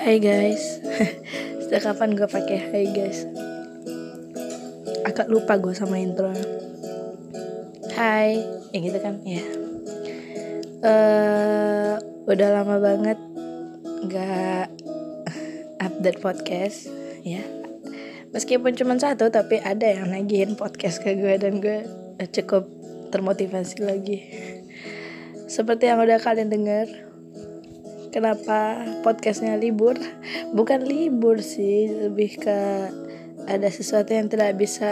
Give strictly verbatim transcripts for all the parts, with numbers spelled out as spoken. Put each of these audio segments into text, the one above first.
Hai guys. Sejak kapan gue pakai hai guys? Agak lupa gue sama intro. Hai, ya gitu kan? Ya. Uh, udah lama banget gak update podcast, ya. Meskipun cuma satu, tapi ada yang nagihin podcast ke gue dan gue cukup termotivasi lagi. Seperti yang udah kalian dengar. Kenapa podcastnya libur? Bukan libur sih, lebih ke ada sesuatu yang tidak bisa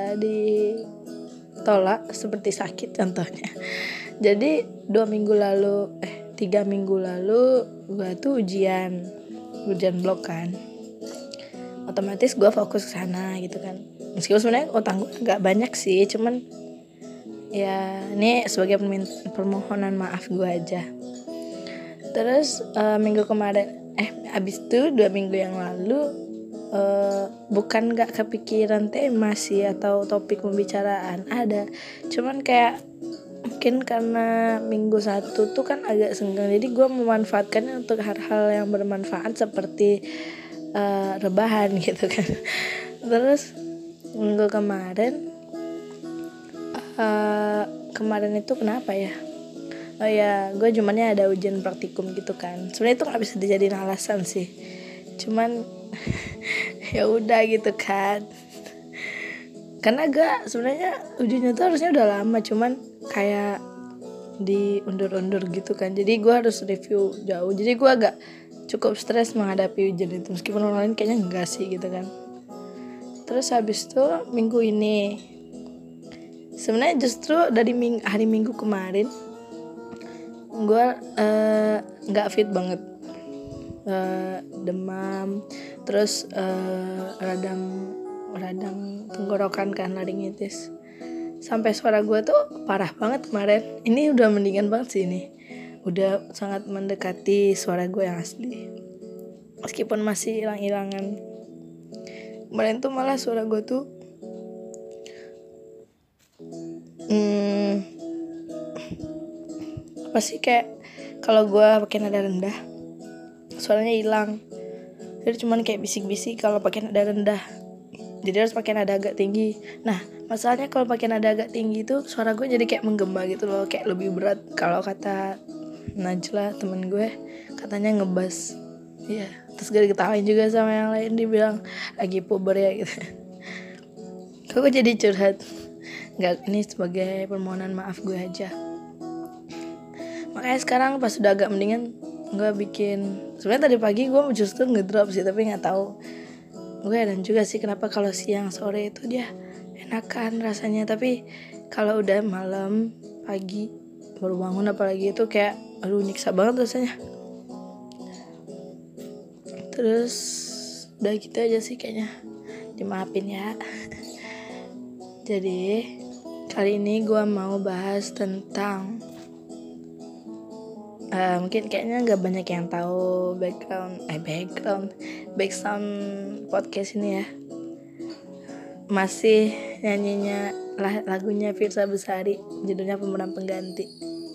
ditolak, seperti sakit contohnya. Jadi dua minggu lalu, eh tiga minggu lalu, gue tuh ujian, ujian blok kan. Otomatis gue fokus ke sana gitu kan. Meskipun sebenarnya utang gue agak banyak sih, cuman ya ini sebagai permohonan maaf gue aja. Terus uh, minggu kemarin eh abis itu dua minggu yang lalu uh, bukan gak kepikiran tema sih atau topik pembicaraan, ada, cuman kayak mungkin karena minggu satu tuh kan agak senggang, jadi gue memanfaatkannya untuk hal-hal yang bermanfaat seperti uh, rebahan gitu kan. Terus minggu kemarin uh, kemarin itu kenapa ya? Oh ya, gue cumannya ada ujian praktikum gitu kan. Sebenarnya itu nggak bisa dijadiin alasan sih. Cuman ya udah gitu kan. Karena gue sebenarnya ujiannya tuh harusnya udah lama, cuman kayak diundur-undur gitu kan. Jadi gue harus review jauh. Jadi gue agak cukup stres menghadapi ujian itu. Meskipun orang lain kayaknya enggak sih gitu kan. Terus habis itu minggu ini, sebenarnya justru dari ming- hari minggu kemarin gue nggak uh, fit banget, uh, demam, terus uh, radang radang tenggorokan kan, laringitis, sampai suara gue tuh parah banget kemarin. Ini udah mendingan banget sih, ini udah sangat mendekati suara gue yang asli, meskipun masih hilang-hilangan. Kemarin tuh malah suara gue tuh hmm, apa sih, kayak kalau gue pakai nada rendah suaranya hilang. Jadi cuman kayak bisik-bisik kalau pakai nada rendah, jadi harus pakai nada agak tinggi. Nah masalahnya kalau pakai nada agak tinggi itu suara gue jadi kayak menggema gitu loh, kayak lebih berat. Kalau kata Najla temen gue, katanya ngebas. Iya, terus gue diketawain juga sama yang lain, dibilang lagi puber ya gitu. Kok gue jadi curhat? Nggak, ini sebagai permohonan maaf gue aja. Makanya sekarang pas udah agak mendingan, gue bikin, sebenarnya tadi pagi gue justru ngedrop sih, tapi nggak tahu, gue heran juga sih kenapa kalau siang sore itu dia enakan rasanya, tapi kalau udah malam pagi baru bangun apalagi itu kayak aduh nyiksa banget rasanya. Terus udah gitu aja sih kayaknya, dimaafin ya. Jadi kali ini gue mau bahas tentang Uh, mungkin kayaknya nggak banyak yang tahu background eh background background podcast ini ya. Masih nyanyinya lah, lagunya Firsa Besari, judulnya Pemeran Pengganti.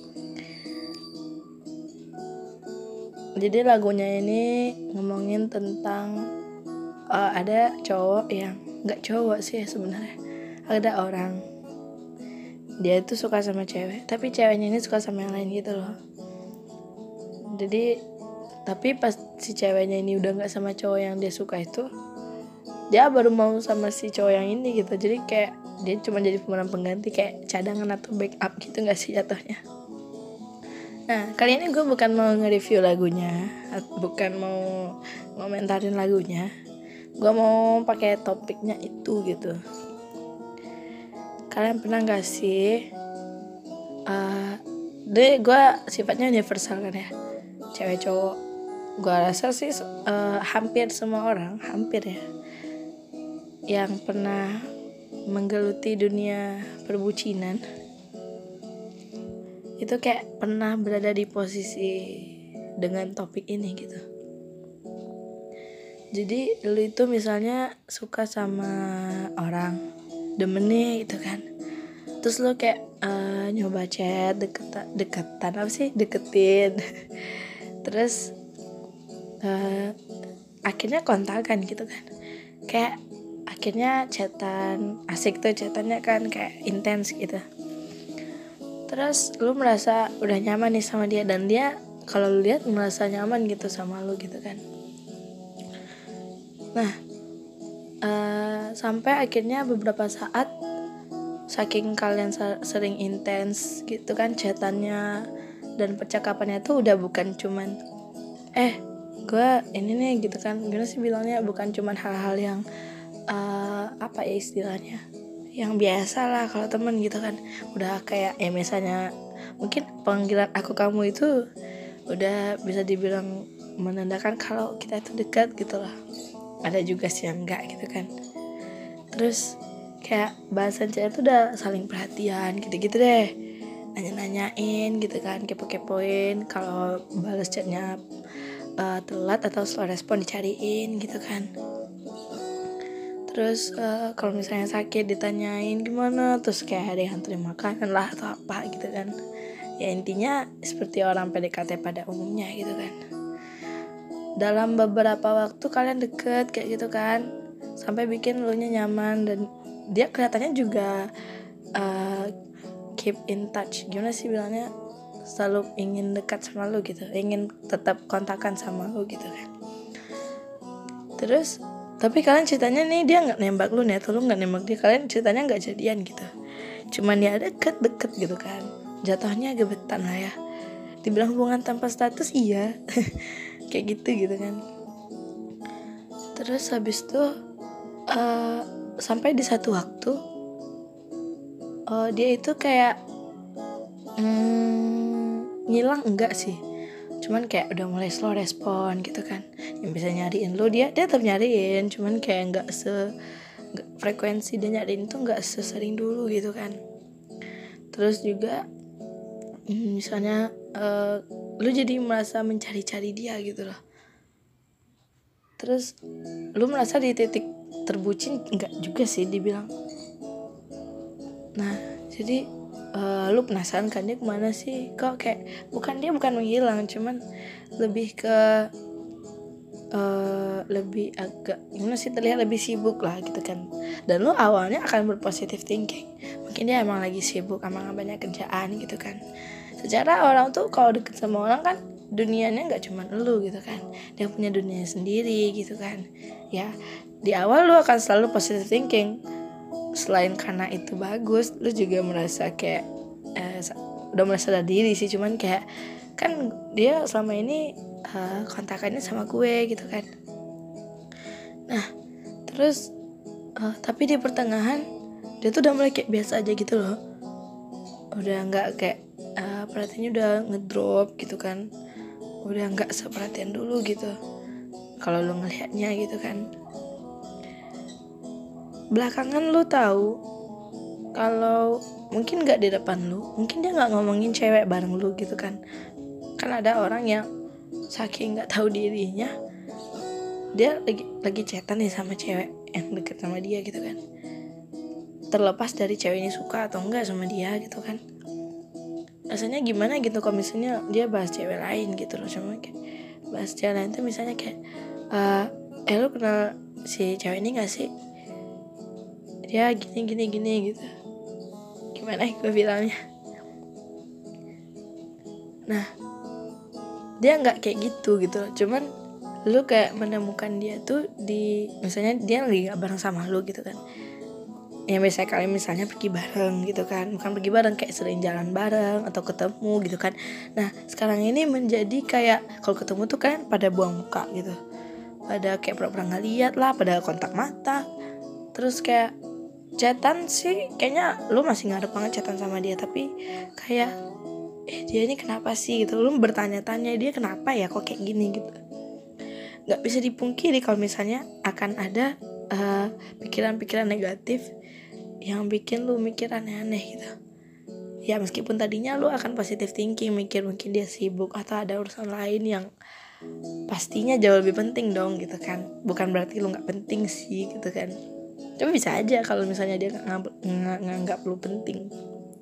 Jadi lagunya ini ngomongin tentang uh, ada cowok yang nggak cowok sih sebenarnya, ada orang dia itu suka sama cewek, tapi ceweknya ini suka sama yang lain gitu loh. Jadi tapi pas si ceweknya ini udah nggak sama cowok yang dia suka itu, dia baru mau sama si cowok yang ini gitu. Jadi kayak dia cuma jadi pemeran pengganti, kayak cadangan atau backup gitu nggak sih jatuhnya. Nah kali ini gue bukan mau nge-review lagunya, bukan mau ngomentarin lagunya, gue mau pakai topiknya itu gitu. Kalian pernah nggak sih uh, deh gue sifatnya universal kan ya, cewek cowok, gue rasa sih uh, hampir semua orang, hampir ya, yang pernah menggeluti dunia perbucinan itu kayak pernah berada di posisi dengan topik ini gitu. Jadi lu itu misalnya suka sama orang, demen nih gitu kan, terus lu kayak uh, nyoba chat, deketan, deketan apa sih deketin terus uh, akhirnya kontakan gitu kan, kayak akhirnya chatan asik tuh, chatannya kan kayak intens gitu. Terus lu merasa udah nyaman nih sama dia, dan dia kalau lu lihat merasa nyaman gitu sama lu gitu kan. Nah uh, sampai akhirnya beberapa saat, saking kalian sering intens gitu kan chatannya dan percakapannya tuh udah bukan cuman eh gue ini nih gitu kan, gimana sih bilangnya, bukan cuman hal-hal yang uh, apa ya istilahnya, yang biasa lah kalau temen gitu kan. Udah kayak ya misalnya mungkin panggilan aku kamu itu udah bisa dibilang menandakan kalau kita itu dekat gitu lah. Ada juga sih yang enggak gitu kan. Terus kayak bahasan cewek itu udah saling perhatian gitu-gitu deh, nanya-nanyain gitu kan, kepo-kepoin, kalau balas chatnya uh, telat atau slow respon dicariin gitu kan. Terus uh, kalau misalnya sakit ditanyain gimana, terus kayak ada yang anterin makanan lah atau apa gitu kan. Ya intinya seperti orang P D K T pada umumnya gitu kan. Dalam beberapa waktu kalian deket kayak gitu kan, sampai bikin lu nya nyaman, dan dia kelihatannya juga uh, keep in touch, gimana sih bilangnya, selalu ingin dekat sama lu gitu, ingin tetap kontakan sama lu gitu kan. Terus tapi kalian ceritanya nih dia nggak nembak lu nih, atau lu nggak nembak dia, kalian ceritanya nggak jadian gitu, cuman ya deket-deket gitu kan, jatuhnya gebetan lah ya, dibilang hubungan tanpa status iya kayak gitu gitu kan. Terus habis itu uh, sampai di satu waktu uh, dia itu kayak hmm, ngilang enggak sih, cuman kayak udah mulai slow respon gitu kan. Yang bisa nyariin lu dia dia tetap nyariin, cuman kayak nggak se gak, frekuensi dia nyariin tuh nggak sesering dulu gitu kan. Terus juga misalnya uh, lu jadi merasa mencari-cari dia gitu loh. Terus lu merasa di titik terbucin enggak juga sih dibilang. Nah jadi uh, lu penasaran kan dia kemana sih, kok kayak bukan dia bukan menghilang, cuman lebih ke Uh, lebih agak gimana sih, terlihat lebih sibuk lah gitu kan. Dan lu awalnya akan berpositif thinking, mungkin dia emang lagi sibuk, emang banyak kerjaan gitu kan. Secara orang tuh kalau deket sama orang kan dunianya nggak cuma lu gitu kan, dia punya dunia sendiri gitu kan. Ya di awal lu akan selalu positive thinking, selain karena itu bagus, lu juga merasa kayak eh, udah merasa sadar diri sih, cuman kayak kan dia selama ini Uh, kontakannya sama gue gitu kan. Nah terus uh, tapi di pertengahan dia tuh udah mulai kayak biasa aja gitu loh, udah nggak kayak uh, perhatiannya udah ngedrop gitu kan, udah nggak seperhatian dulu gitu kalau lu ngelihatnya gitu kan. Belakangan lu tahu kalau mungkin nggak di depan lu, mungkin dia nggak ngomongin cewek bareng lu gitu kan. Kan ada orang yang saking nggak tahu dirinya, dia lagi lagi chatan nih sama cewek yang deket sama dia gitu kan, terlepas dari cewek ini suka atau enggak sama dia gitu kan. Rasanya gimana gitu kalau misalnya dia bahas cewek lain gitu loh, cuma kayak bahas cewek lain tuh misalnya kayak uh, eh lu kenal si cewek ini nggak sih, dia gini gini gini gitu, gimana gue bilangnya. Nah dia nggak kayak gitu gitu loh, cuman lu kayak menemukan dia tuh di misalnya dia lagi nggak bareng sama lu gitu kan. Yang biasa kalian misalnya pergi bareng gitu kan, bukan pergi bareng, kayak sering jalan bareng atau ketemu gitu kan. Nah sekarang ini menjadi kayak kalau ketemu tuh kan pada buang muka gitu, pada kayak pura-pura nggak lihat lah, pada kontak mata. Terus kayak chatan sih kayaknya lu masih ngarep banget chatan sama dia, tapi kayak eh dia ini kenapa sih gitu, lu bertanya-tanya dia kenapa ya kok kayak gini gitu. Nggak bisa dipungkiri kalau misalnya akan ada uh, pikiran-pikiran negatif yang bikin lu mikir aneh-aneh gitu. Ya meskipun tadinya lu akan positive thinking, mikir mungkin dia sibuk atau ada urusan lain yang pastinya jauh lebih penting dong gitu kan. Bukan berarti lu nggak penting sih gitu kan, tapi bisa aja kalau misalnya dia nggak nganggap lu penting.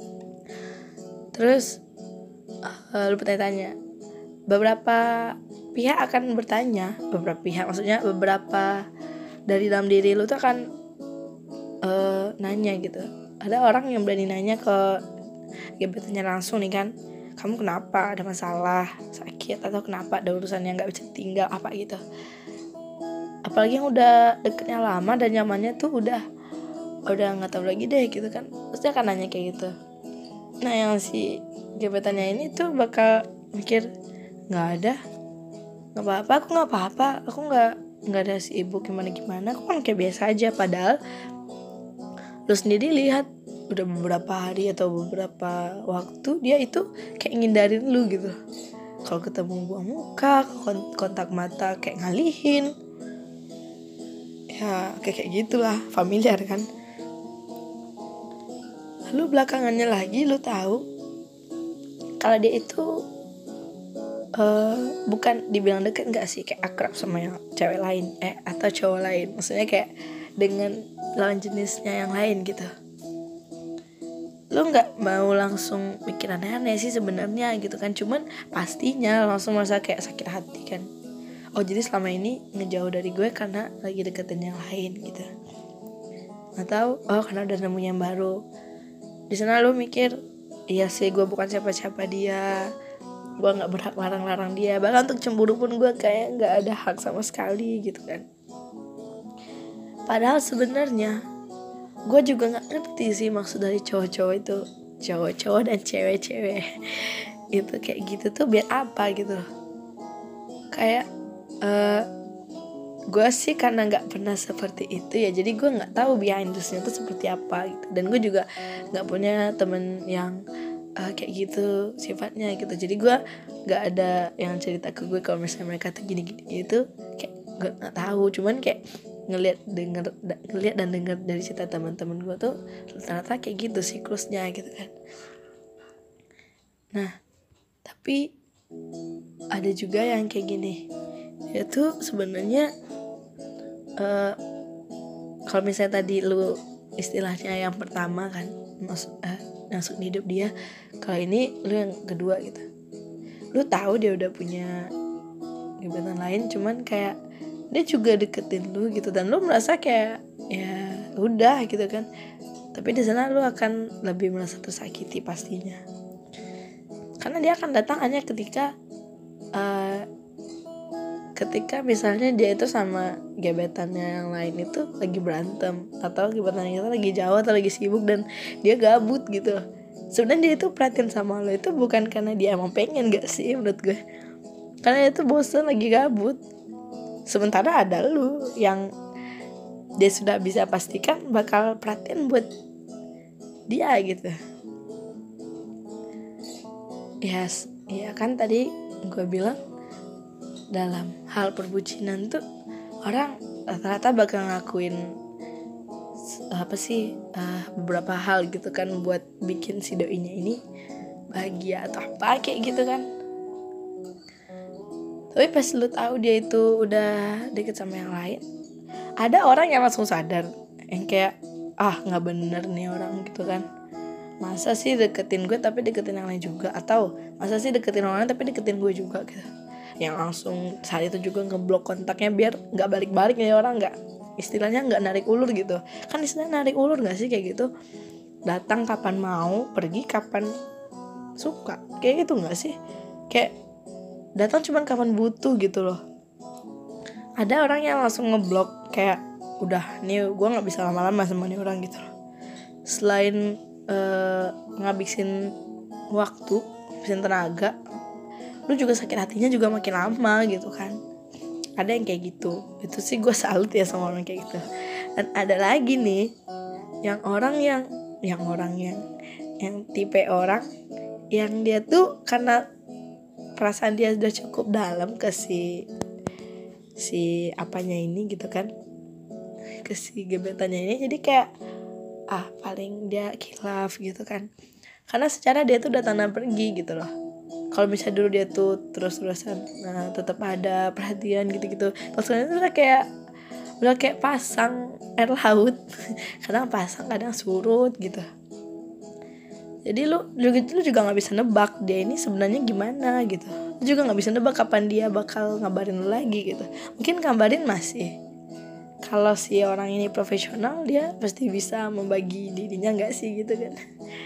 Terus Uh, lu bertanya-tanya beberapa pihak akan bertanya, beberapa pihak maksudnya beberapa dari dalam diri lu tuh akan uh, nanya gitu. Ada orang yang berani nanya ke gebetannya langsung nih kan, kamu kenapa, ada masalah, sakit, atau kenapa ada urusan yang gak bisa tinggal apa gitu. Apalagi yang udah deketnya lama dan nyamannya tuh udah udah nggak tahu lagi deh gitu kan, pasti akan nanya kayak gitu. Nah yang si gebetannya ini tuh bakal mikir, nggak ada, nggak apa-apa, aku nggak apa-apa, aku nggak nggak ada sibuk gimana gimana, aku kan kayak biasa aja. Padahal lu sendiri lihat udah beberapa hari atau beberapa waktu dia itu kayak ngindarin lu gitu. Kalau ketemu buang muka, kontak mata kayak ngalihin, ya kayak kayak gitulah, familiar kan. Lalu belakangannya lagi lu tahu kalau dia itu uh, bukan dibilang deket nggak sih, kayak akrab sama yang cewek lain eh atau cowok lain, maksudnya kayak dengan lawan jenisnya yang lain gitu. Lu nggak mau langsung mikir aneh-aneh sih sebenarnya gitu kan, cuman pastinya langsung merasa kayak sakit hati kan. Oh jadi selama ini ngejauh dari gue karena lagi deketin yang lain gitu, atau oh karena udah nemu yang baru. Di sana lu mikir, iya sih gue bukan siapa-siapa dia, gue nggak berhak larang-larang dia, bahkan untuk cemburu pun gue kayak nggak ada hak sama sekali gitu kan. Padahal sebenarnya gue juga nggak ngerti sih maksud dari cowok-cowok itu, cowok-cowok dan cewek-cewek itu kayak gitu tuh biar apa gitu. Kayak uh, gue sih karena nggak pernah seperti itu ya, jadi gue nggak tahu behind the-nya tuh seperti apa gitu. Dan gue juga nggak punya temen yang uh, kayak gitu sifatnya gitu, jadi gue nggak ada yang cerita ke gue kalau misalnya mereka tuh gini-gini gitu. Kayak gue nggak tahu, cuman kayak ngelihat denger ngelihat dan dengar dari cerita teman-teman gue tuh ternyata kayak gitu siklusnya gitu kan. Nah tapi ada juga yang kayak gini, dia tuh sebenarnya uh, kalau misalnya tadi lu istilahnya yang pertama kan masuk uh, masuk di hidup dia, kalau ini lu yang kedua gitu. Lu tahu dia udah punya gebetan lain, cuman kayak dia juga deketin lu gitu, dan lu merasa kayak ya udah gitu kan. Tapi di sana lu akan lebih merasa tersakiti pastinya, karena dia akan datang hanya ketika uh, ketika misalnya dia itu sama gebetannya yang lain itu lagi berantem, atau gebetannya itu lagi jauh atau lagi sibuk dan dia gabut gitu. Sebenarnya dia itu perhatian sama lo itu bukan karena dia emang pengen, gak sih menurut gue, karena dia itu bosan lagi gabut. Sementara ada lu yang dia sudah bisa pastikan bakal perhatian buat dia gitu. Yes, ya kan tadi gue bilang dalam hal perbucinan tuh orang rata-rata bakal ngakuin apa sih uh, beberapa hal gitu kan buat bikin si doinya ini bahagia atau apa kayak gitu kan. Tapi pas lu tahu dia itu udah deket sama yang lain, ada orang yang langsung sadar, yang kayak ah nggak bener nih orang gitu kan. Masa sih deketin gue tapi deketin yang lain juga, atau masa sih deketin orang lain tapi deketin gue juga gitu. Yang langsung saat itu juga ngeblok kontaknya biar nggak balik-balik nih orang, nggak istilahnya nggak narik ulur gitu. Kan istilahnya narik ulur nggak sih kayak gitu? Datang kapan mau, pergi kapan suka, kayak gitu nggak sih? Kayak datang cuman kapan butuh gitu loh. Ada orang yang langsung ngeblok kayak udah nih gue nggak bisa lama-lama sama nih orang gitu loh. Selain uh, ngabisin waktu, ngabisin tenaga, lu juga sakit hatinya juga makin lama gitu kan. Ada yang kayak gitu. Itu sih gue salut ya sama orang kayak gitu. Dan ada lagi nih yang orang yang yang orang yang yang tipe orang yang dia tuh karena perasaan dia sudah cukup dalam ke si si apanya ini gitu kan, ke si gebetannya ini, jadi kayak ah paling dia khilaf gitu kan, karena secara dia tuh datang dan pergi gitu loh. Kalau misalnya dulu dia tuh terus-terusan nah tetap ada perhatian gitu-gitu, maksudnya itu udah kayak udah kayak pasang air laut kadang pasang kadang surut gitu. Jadi lu juga lu juga nggak bisa nebak dia ini sebenarnya gimana gitu. lu juga nggak bisa nebak kapan dia bakal ngabarin lu lagi gitu. Mungkin ngabarin masih, kalau si orang ini profesional dia pasti bisa membagi dirinya nggak sih gitu kan.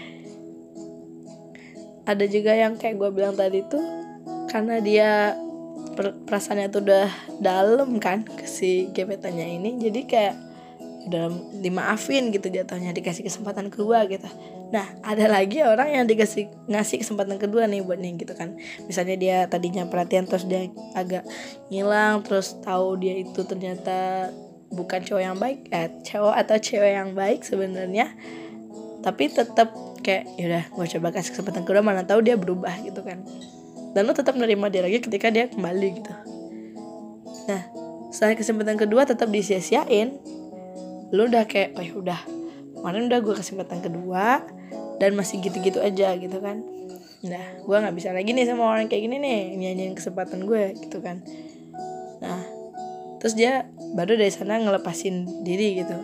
Ada juga yang kayak gue bilang tadi tuh, karena dia perasaannya tuh udah dalam kan ke si gebetannya ini, jadi kayak udah dimaafin gitu jatuhnya, dikasih kesempatan kedua gitu. Nah ada lagi orang yang dikasih ngasih kesempatan kedua nih buat nih gitu kan. Misalnya dia tadinya perhatian terus dia agak ngilang, terus tahu dia itu ternyata bukan cowok yang baik, eh cowok atau cewek yang baik sebenarnya, tapi tetap kayak yaudah gue coba kasih kesempatan kedua, mana tahu dia berubah gitu kan. Dan lo tetap menerima dia lagi ketika dia kembali gitu. Nah setelah kesempatan kedua tetap disia-siain, lu udah kayak oh ya udah kemarin udah gue kesempatan kedua dan masih gitu-gitu aja gitu kan. Nah gue nggak bisa lagi nih sama orang kayak gini nih nyanyiin kesempatan gue gitu kan. Nah terus dia baru dari sana ngelepasin diri gitu.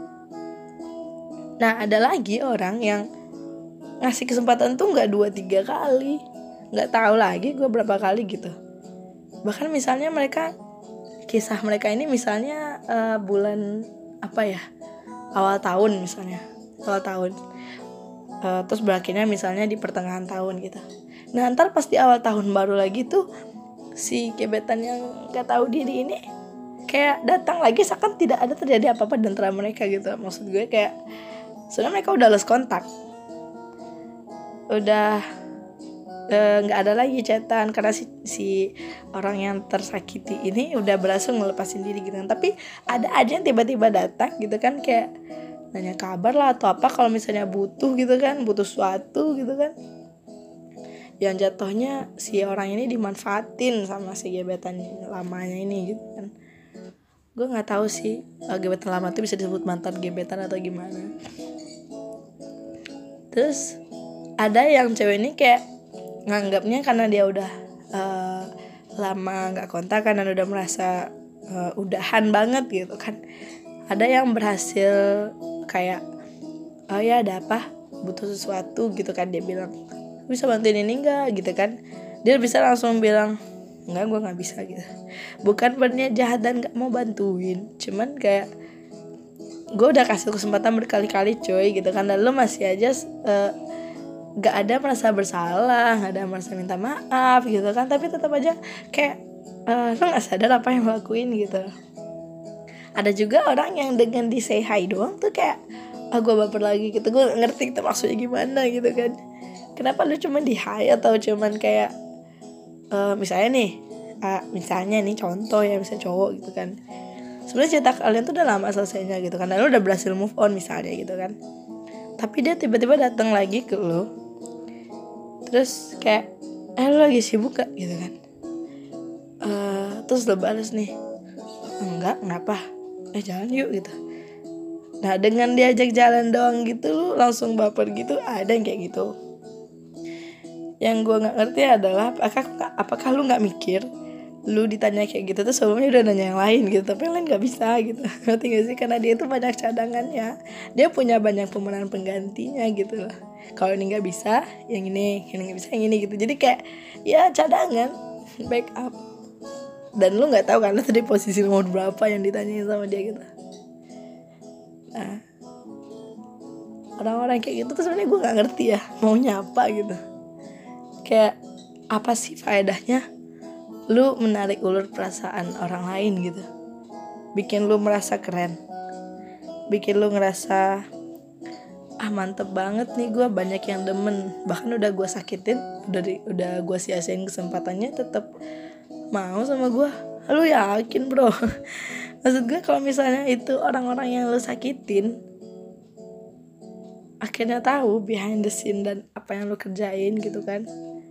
Nah ada lagi orang yang ngasih kesempatan tuh nggak dua tiga kali, nggak tahu lagi gue berapa kali gitu. Bahkan misalnya mereka, kisah mereka ini misalnya uh, bulan apa ya, awal tahun misalnya, awal tahun uh, terus berakhirnya misalnya di pertengahan tahun gitu. Nah ntar pas di awal tahun baru lagi tuh si gebetan yang gak tahu diri ini kayak datang lagi seakan tidak ada terjadi apa-apa di antara mereka gitu. Maksud gue kayak sebenarnya mereka udah lost kontak, udah nggak e, ada lagi chatan karena si, si orang yang tersakiti ini udah berhasil ngelepasin diri gitu kan. Tapi ada aja yang tiba-tiba datang gitu kan, kayak nanya kabar lah atau apa kalau misalnya butuh gitu kan, butuh sesuatu gitu kan, yang jatuhnya si orang ini dimanfaatin sama si gebetan lamanya ini gitu kan. Gue nggak tahu sih gebetan lama tuh bisa disebut mantan gebetan atau gimana. Terus ada yang cewek ini kayak nganggapnya karena dia udah uh, lama nggak kontak kan dan udah merasa uh, udahan banget gitu kan. Ada yang berhasil kayak oh ya ada apa, butuh sesuatu gitu kan, dia bilang bisa bantuin ini enggak gitu kan. Dia bisa langsung bilang enggak, gue nggak bisa gitu. Bukan berniat jahat dan nggak mau bantuin, cuman kayak gue udah kasih kesempatan berkali-kali coy gitu kan, dan lo masih aja uh, gak ada merasa bersalah, gak ada merasa minta maaf gitu kan, tapi tetap aja kayak uh, lo gak sadar apa yang lo lakuin gitu. Ada juga orang yang dengan di say hi doang tuh kayak ah oh, gue baper lagi gitu. Gue gak ngerti itu maksudnya gimana gitu kan. Kenapa lo cuma di hi atau cuman kayak uh, misalnya nih uh, misalnya nih contoh ya, misalnya cowok gitu kan, sebenarnya cerita kalian tuh udah lama selesainya gitu kan, dan lo udah berhasil move on misalnya gitu kan, tapi dia tiba-tiba datang lagi ke lo, terus kayak eh lo lagi sibuk gak gitu kan, uh, terus lo balas nih enggak, kenapa, eh jalan yuk gitu. Nah dengan diajak jalan doang gitu lo langsung baper gitu. Ada yang kayak gitu. Yang gue nggak ngerti adalah apakah apakah lu nggak mikir lu ditanya kayak gitu tuh sebelumnya udah nanya yang lain gitu, tapi yang lain nggak bisa gitu. Ngerti gak sih? Karena dia tuh banyak cadangannya, dia punya banyak pemeran penggantinya gitu loh. Kalau ini nggak bisa, yang ini, yang nggak bisa, yang ini gitu. Jadi kayak ya cadangan, backup. Dan lu nggak tahu kan lu tadi posisi nomor berapa yang ditanyain sama dia gitu. Nah, orang-orang kayak gitu tuh sebenarnya gue nggak ngerti ya maunya apa gitu. Kayak apa sih faedahnya lu menarik ulur perasaan orang lain gitu, bikin lu merasa keren, bikin lu ngerasa ah mantep banget nih gue, banyak yang demen, bahkan udah gue sakitin, udah di, udah gue sia-siain kesempatannya tetap mau sama gue. Lu yakin bro? Maksud gue kalau misalnya itu orang-orang yang lu sakitin akhirnya tahu behind the scene dan apa yang lu kerjain gitu kan,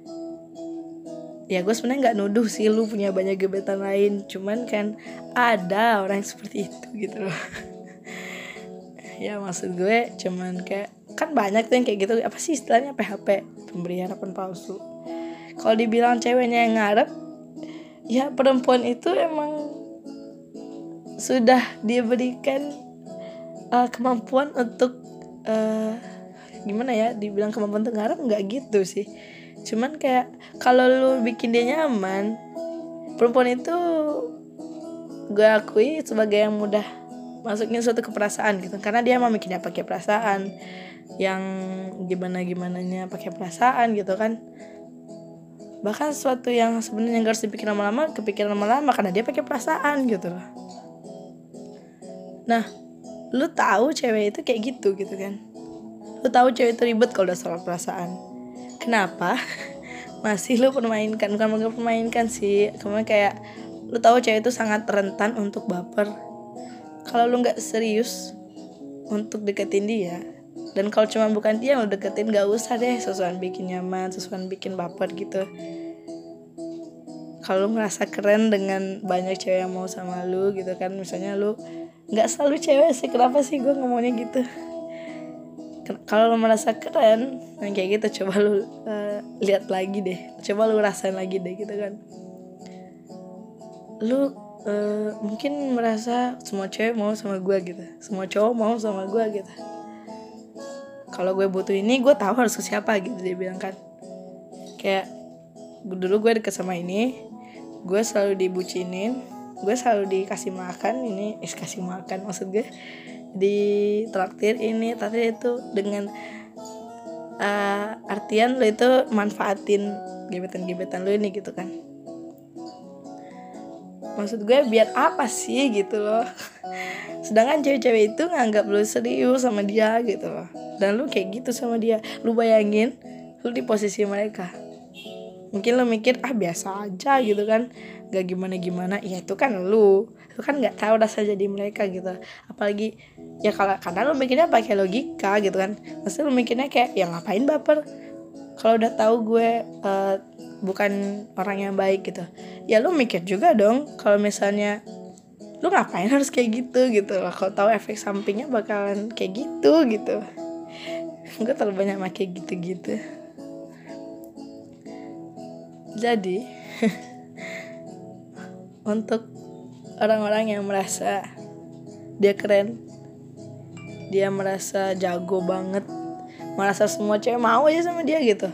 ya gue sebenarnya nggak nuduh sih lu punya banyak gebetan lain, cuman kan ada orang yang seperti itu gitu loh. Ya maksud gue cuman kayak kan banyak tuh yang kayak gitu, apa sih istilahnya P H P, pemberian harapan palsu. Kalau dibilang ceweknya yang ngarep, ya perempuan itu emang sudah diberikan uh, kemampuan untuk uh, gimana ya, dibilang kemampuan untuk ngarep nggak gitu sih. Cuman kayak kalau lu bikin dia nyaman, perempuan itu gue akui sebagai yang mudah masukin suatu keperasaan gitu, karena dia emang bikinnya pakai perasaan, yang gimana gimananya pakai perasaan gitu kan. Bahkan sesuatu yang sebenarnya gak harus dipikir lama-lama kepikiran lama-lama karena dia pakai perasaan gitu loh. Nah, lu tahu cewek itu kayak gitu gitu kan. Lu tahu cewek itu ribet kalau udah soal perasaan. Kenapa masih lu permainkan? Bukan bukan permainkan sih, kemudian kayak lu tahu cewek itu sangat rentan untuk baper kalau lu nggak serius untuk deketin dia. Dan kalau cuma bukan dia yang lu deketin, gak usah deh sesuatu bikin nyaman, sesuatu bikin baper gitu. Kalau lu ngerasa keren dengan banyak cewek yang mau sama lu gitu kan, misalnya lu nggak selalu cewek sih, kenapa sih gue ngomongnya gitu. Kalau lu merasa keren yang kayak gitu, coba lu uh, lihat lagi deh, coba lu rasain lagi deh gitu kan. Lu uh, mungkin merasa semua cewek mau sama gue gitu, semua cowok mau sama gue gitu. Kalau gue butuh ini, gue tahu harus ke siapa gitu, dia bilang kan. Kayak dulu gue deket sama ini, gue selalu dibucinin, gue selalu dikasih makan ini, is kasih makan maksud gue, di traktir ini, traktir itu, dengan uh, artian lo itu manfaatin gebetan-gebetan lo ini gitu kan. Maksud gue biar apa sih gitu loh. Sedangkan cewek-cewek itu nganggap lu serius sama dia gitu loh, dan lu kayak gitu sama dia. Lu bayangin lu di posisi mereka, mungkin lu mikir ah biasa aja gitu kan, gak gimana-gimana. Ya itu kan lu lu kan nggak tahu rasa jadi mereka gitu. Apalagi ya kalau karena lu mikirnya pakai logika gitu kan, maksudnya lu mikirnya kayak ya ngapain baper kalau udah tahu gue uh, bukan orang yang baik gitu. Ya lu mikir juga dong kalau misalnya lu ngapain harus kayak gitu gitu loh, kalau tahu efek sampingnya bakalan kayak gitu gitu. Gue terlalu banyak pakai gitu-gitu. Jadi untuk orang-orang yang merasa dia keren, dia merasa jago banget, merasa semua cewek mau aja sama dia gitu,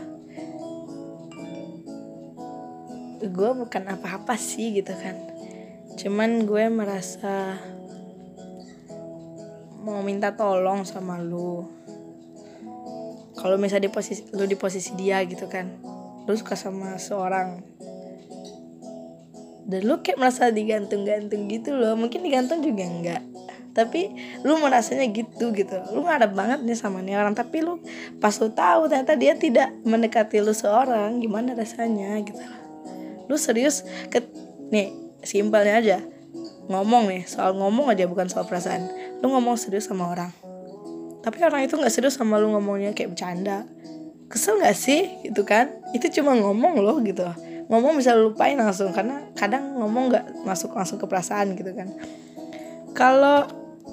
gue bukan apa-apa sih gitu kan. Cuman gue merasa mau minta tolong sama lu. Kalau misalnya di posisi lu di posisi dia gitu kan, lu suka sama seorang dan lu kayak merasa digantung-gantung gitu loh. Mungkin digantung juga enggak, tapi lu merasanya gitu gitu. Lu ngarep banget nih sama nih orang, tapi lu pas lu tahu ternyata dia tidak mendekati lu seorang, gimana rasanya gitu loh. Lu serius ke nih, simpelnya aja ngomong nih, soal ngomong aja, bukan soal perasaan. Lu ngomong serius sama orang, tapi orang itu gak serius sama lu, ngomongnya kayak bercanda. Kesel gak sih gitu kan? Itu cuma ngomong loh gitu. Ngomong bisa lu lupain langsung, karena kadang ngomong gak masuk langsung ke perasaan gitu kan. Kalau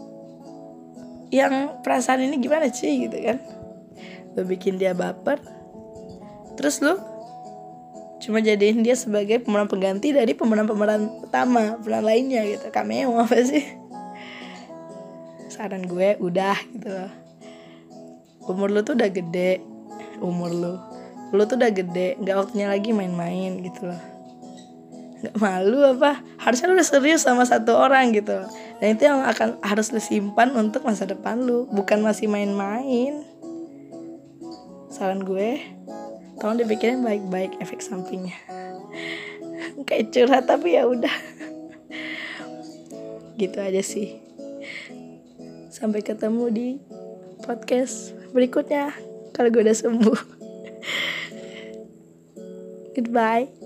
yang perasaan ini gimana sih gitu kan, lu bikin dia baper, terus lu cuma jadiin dia sebagai pemeran pengganti dari pemeran-pemeran utama, pemeran lainnya gitu, cameo apa sih. Saran gue udah gitu loh, umur lu tuh udah gede, umur lu lu tuh udah gede, gak waktunya lagi main-main gitu loh. Gak malu apa? Harusnya lu udah serius sama satu orang gitu loh. Dan itu yang akan harus lu simpan untuk masa depan lu, bukan masih main-main. Saran gue, tolong dipikirin baik-baik efek sampingnya. Kayak curhat tapi ya udah. Gitu aja sih. Sampai ketemu di podcast berikutnya kalau gue udah sembuh. Goodbye.